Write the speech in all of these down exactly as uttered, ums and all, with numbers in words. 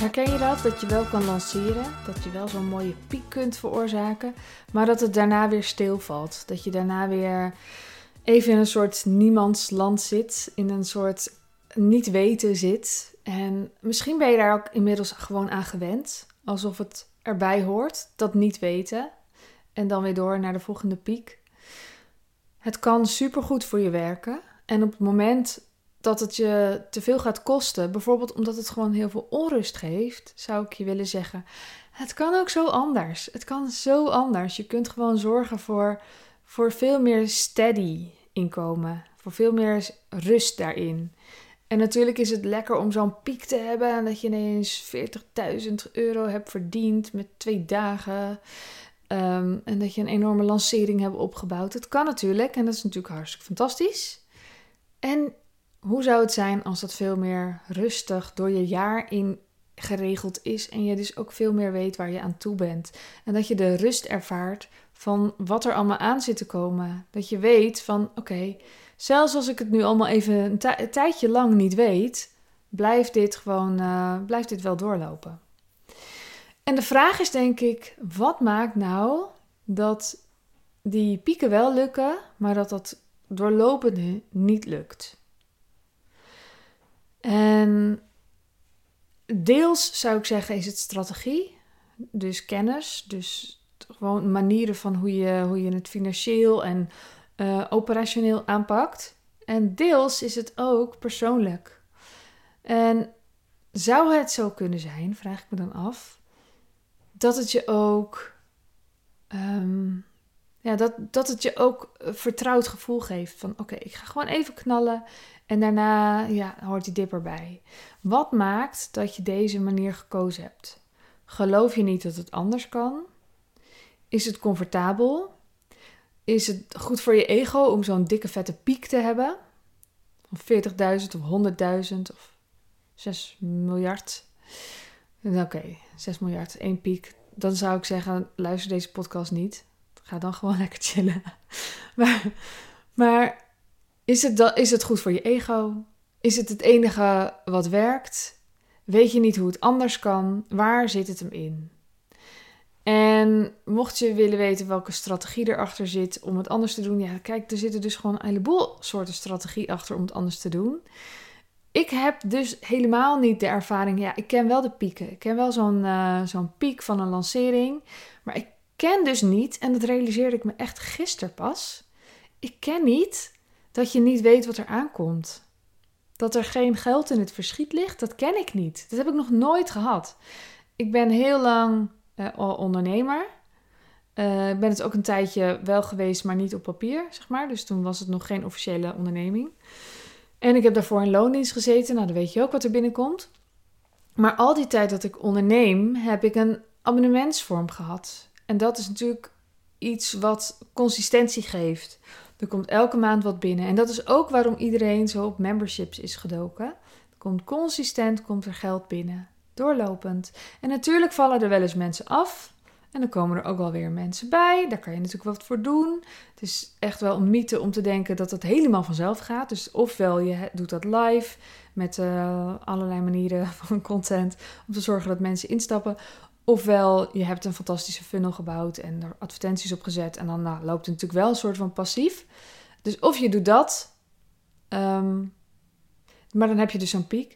Herken je dat? Dat je wel kan lanceren, dat je wel zo'n mooie piek kunt veroorzaken, maar dat het daarna weer stilvalt. Dat je daarna weer even in een soort niemandsland zit, in een soort niet weten zit. En misschien ben je daar ook inmiddels gewoon aan gewend, alsof het erbij hoort, dat niet weten. En dan weer door naar de volgende piek. Het kan supergoed voor je werken. En op het moment dat het je te veel gaat kosten, bijvoorbeeld omdat het gewoon heel veel onrust geeft, zou ik je willen zeggen, het kan ook zo anders. Het kan zo anders. Je kunt gewoon zorgen voor, voor veel meer steady inkomen, voor veel meer rust daarin. En natuurlijk is het lekker om zo'n piek te hebben en dat je ineens veertigduizend euro hebt verdiend met twee dagen. Um, en dat je een enorme lancering hebt opgebouwd. Het kan natuurlijk en dat is natuurlijk hartstikke fantastisch. En hoe zou het zijn als dat veel meer rustig door je jaar in geregeld is en je dus ook veel meer weet waar je aan toe bent. En dat je de rust ervaart van wat er allemaal aan zit te komen. Dat je weet van oké, okay, zelfs als ik het nu allemaal even een, t- een tijdje lang niet weet, blijft dit gewoon, uh, blijft dit wel doorlopen. En de vraag is denk ik, wat maakt nou dat die pieken wel lukken, maar dat dat doorlopende niet lukt? En deels zou ik zeggen is het strategie, dus kennis, dus gewoon manieren van hoe je, hoe je het financieel en uh, operationeel aanpakt. En deels is het ook persoonlijk. En zou het zo kunnen zijn, vraag ik me dan af, dat het je ook, um, ja, dat, dat het je ook een vertrouwd gevoel geeft van oké, okay, ik ga gewoon even knallen en daarna ja, hoort die dip erbij. Wat maakt dat je deze manier gekozen hebt? Geloof je niet dat het anders kan? Is het comfortabel? Is het goed voor je ego om zo'n dikke vette piek te hebben? Van veertigduizend of honderdduizend of zes miljard? Oké, okay, zes miljard, één piek. Dan zou ik zeggen, luister deze podcast niet. Ga dan gewoon lekker chillen. Maar, maar is, het da- is het goed voor je ego? Is het het enige wat werkt? Weet je niet hoe het anders kan? Waar zit het hem in? En mocht je willen weten welke strategie erachter zit om het anders te doen. Ja, kijk, er zitten dus gewoon een heleboel soorten strategie achter om het anders te doen. Ik heb dus helemaal niet de ervaring. Ja, ik ken wel de pieken. Ik ken wel zo'n, uh, zo'n piek van een lancering. Maar ik ken dus niet, en dat realiseerde ik me echt gisteren pas. Ik ken niet dat je niet weet wat er aankomt. Dat er geen geld in het verschiet ligt, dat ken ik niet. Dat heb ik nog nooit gehad. Ik ben heel lang uh, al ondernemer. Uh, ik ben het ook een tijdje wel geweest, maar niet op papier, zeg maar. Dus toen was het nog geen officiële onderneming. En ik heb daarvoor in loondienst gezeten. Nou, dan weet je ook wat er binnenkomt. Maar al die tijd dat ik onderneem, heb ik een abonnementsvorm gehad. En dat is natuurlijk iets wat consistentie geeft. Er komt elke maand wat binnen. En dat is ook waarom iedereen zo op memberships is gedoken. Er komt consistent, komt er geld binnen. Doorlopend. En natuurlijk vallen er wel eens mensen af. En dan komen er ook wel weer mensen bij. Daar kan je natuurlijk wat voor doen. Het is echt wel een mythe om te denken dat het helemaal vanzelf gaat. Dus ofwel je doet dat live met uh, allerlei manieren van content om te zorgen dat mensen instappen. Ofwel je hebt een fantastische funnel gebouwd en er advertenties op gezet. En dan nou, loopt het natuurlijk wel een soort van passief. Dus of je doet dat. Um, maar dan heb je dus zo'n piek.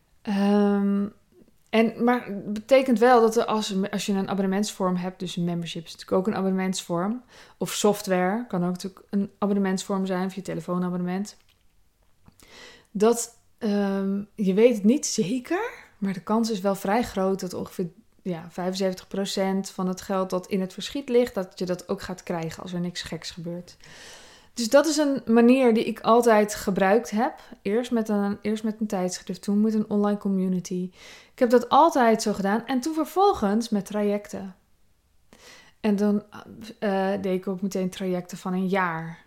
Um, En, maar het betekent wel dat er als, als je een abonnementsvorm hebt, dus een membership is natuurlijk ook een abonnementsvorm. Of software, kan ook natuurlijk een abonnementsvorm zijn, of je telefoonabonnement. Dat um, je weet het niet zeker, maar de kans is wel vrij groot dat ongeveer ja, vijfenzeventig procent van het geld dat in het verschiet ligt, dat je dat ook gaat krijgen als er niks geks gebeurt. Dus dat is een manier die ik altijd gebruikt heb. Eerst met een, eerst met een tijdschrift, toen met een online community. Ik heb dat altijd zo gedaan. En toen vervolgens met trajecten. En dan uh, deed ik ook meteen trajecten van een jaar.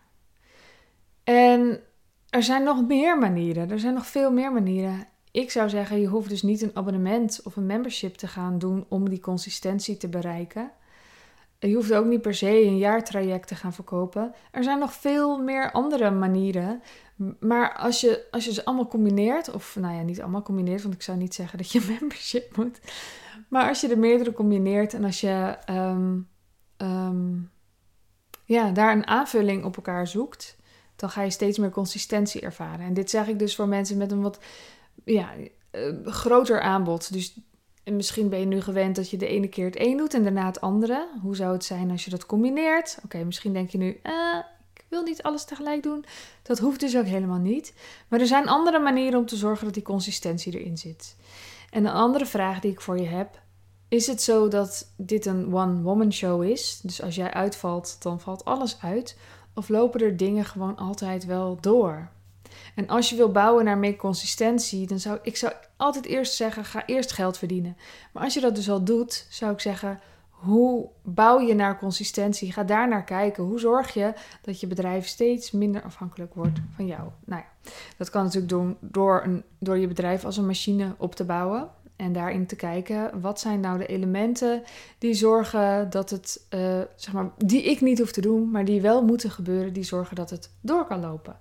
En er zijn nog meer manieren. Er zijn nog veel meer manieren. Ik zou zeggen, je hoeft dus niet een abonnement of een membership te gaan doen om die consistentie te bereiken. Je hoeft ook niet per se een jaartraject te gaan verkopen. Er zijn nog veel meer andere manieren Maar als je, als je ze allemaal combineert, of nou ja, niet allemaal combineert, want ik zou niet zeggen dat je een membership moet. Maar als je er meerdere combineert en als je um, um, ja, daar een aanvulling op elkaar zoekt, dan ga je steeds meer consistentie ervaren. En dit zeg ik dus voor mensen met een wat ja, uh, groter aanbod. Dus misschien ben je nu gewend dat je de ene keer het een doet en daarna het andere. Hoe zou het zijn als je dat combineert? Oké, okay, misschien denk je nu, uh, ik wil niet alles tegelijk doen. Dat hoeft dus ook helemaal niet. Maar er zijn andere manieren om te zorgen dat die consistentie erin zit. En een andere vraag die ik voor je heb, is het zo dat dit een one-woman show is? Dus als jij uitvalt, dan valt alles uit. Of lopen er dingen gewoon altijd wel door? En als je wil bouwen naar meer consistentie, dan zou ik zou altijd eerst zeggen, ga eerst geld verdienen. Maar als je dat dus al doet, zou ik zeggen, hoe bouw je naar consistentie? Ga daar naar kijken. Hoe zorg je dat je bedrijf steeds minder afhankelijk wordt van jou? Nou ja, dat kan natuurlijk doen door, een, door je bedrijf als een machine op te bouwen. En daarin te kijken, wat zijn nou de elementen die zorgen dat het, uh, zeg maar, die ik niet hoef te doen, maar die wel moeten gebeuren, die zorgen dat het door kan lopen.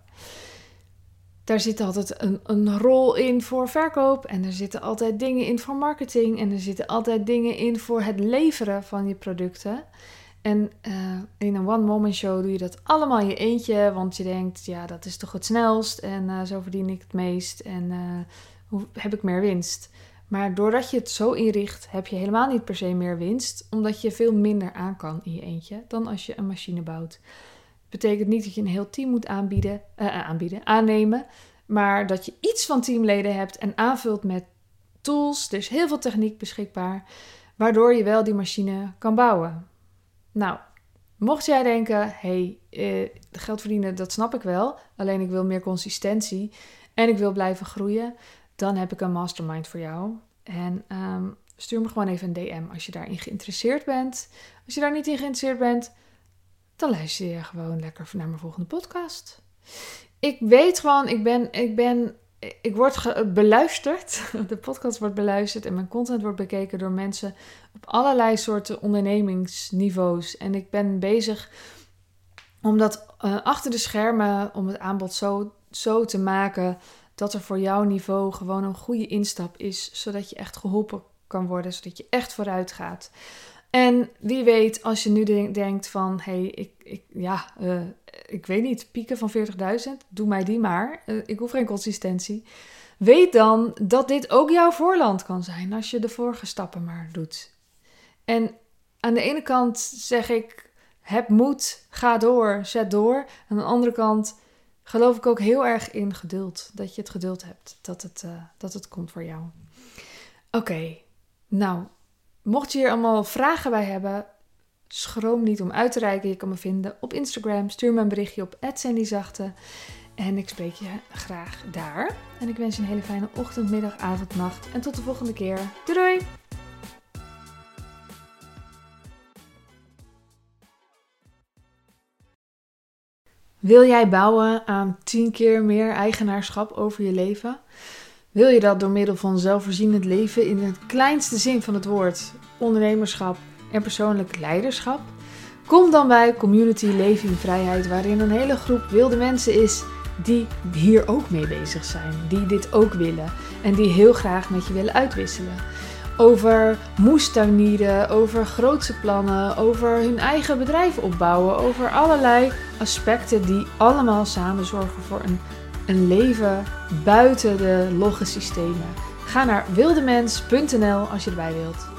Daar zit altijd een, een rol in voor verkoop en er zitten altijd dingen in voor marketing en er zitten altijd dingen in voor het leveren van je producten. En uh, in een one-woman show doe je dat allemaal in je eentje, want je denkt, ja, dat is toch het snelst en uh, zo verdien ik het meest en uh, hoe heb ik meer winst. Maar doordat je het zo inricht, heb je helemaal niet per se meer winst, omdat je veel minder aan kan in je eentje dan als je een machine bouwt. Betekent niet dat je een heel team moet aanbieden, uh, aanbieden, aannemen, maar dat je iets van teamleden hebt en aanvult met tools. Er is heel veel techniek beschikbaar, waardoor je wel die machine kan bouwen. Nou, mocht jij denken, hé, hey, uh, geld verdienen, dat snap ik wel, alleen ik wil meer consistentie en ik wil blijven groeien, dan heb ik een mastermind voor jou. En um, stuur me gewoon even een D M als je daarin geïnteresseerd bent. Als je daar niet in geïnteresseerd bent, dan luister je gewoon lekker naar mijn volgende podcast. Ik weet gewoon, ik ben, ik ben, ik word ge- beluisterd. De podcast wordt beluisterd en mijn content wordt bekeken door mensen op allerlei soorten ondernemingsniveaus. En ik ben bezig om dat uh, achter de schermen, om het aanbod zo, zo te maken dat er voor jouw niveau gewoon een goede instap is, zodat je echt geholpen kan worden, zodat je echt vooruit gaat. En wie weet, als je nu denk, denkt van, hé, hey, ik, ik, ja, uh, ik weet niet, pieken van veertigduizend, doe mij die maar. Uh, ik hoef geen consistentie. Weet dan dat dit ook jouw voorland kan zijn, als je de vorige stappen maar doet. En aan de ene kant zeg ik, heb moed, ga door, zet door. Aan de andere kant geloof ik ook heel erg in geduld. Dat je het geduld hebt, dat het, uh, dat het komt voor jou. Oké, okay, nou, mocht je hier allemaal vragen bij hebben, schroom niet om uit te reiken. Je kan me vinden op Instagram. Stuur me een berichtje op at sandy zachte. En ik spreek je graag daar. En ik wens je een hele fijne ochtend, middag, avond, nacht. En tot de volgende keer. Doei doei! Wil jij bouwen aan tien keer meer eigenaarschap over je leven? Wil je dat door middel van zelfvoorzienend leven in de kleinste zin van het woord, ondernemerschap en persoonlijk leiderschap? Kom dan bij Community Leven in Vrijheid, waarin een hele groep wilde mensen is die hier ook mee bezig zijn, die dit ook willen en die heel graag met je willen uitwisselen. Over moestuinieren, over grootse plannen, over hun eigen bedrijf opbouwen, over allerlei aspecten die allemaal samen zorgen voor een, een leven buiten de logge systemen. Ga naar wildemens punt n l als je erbij wilt.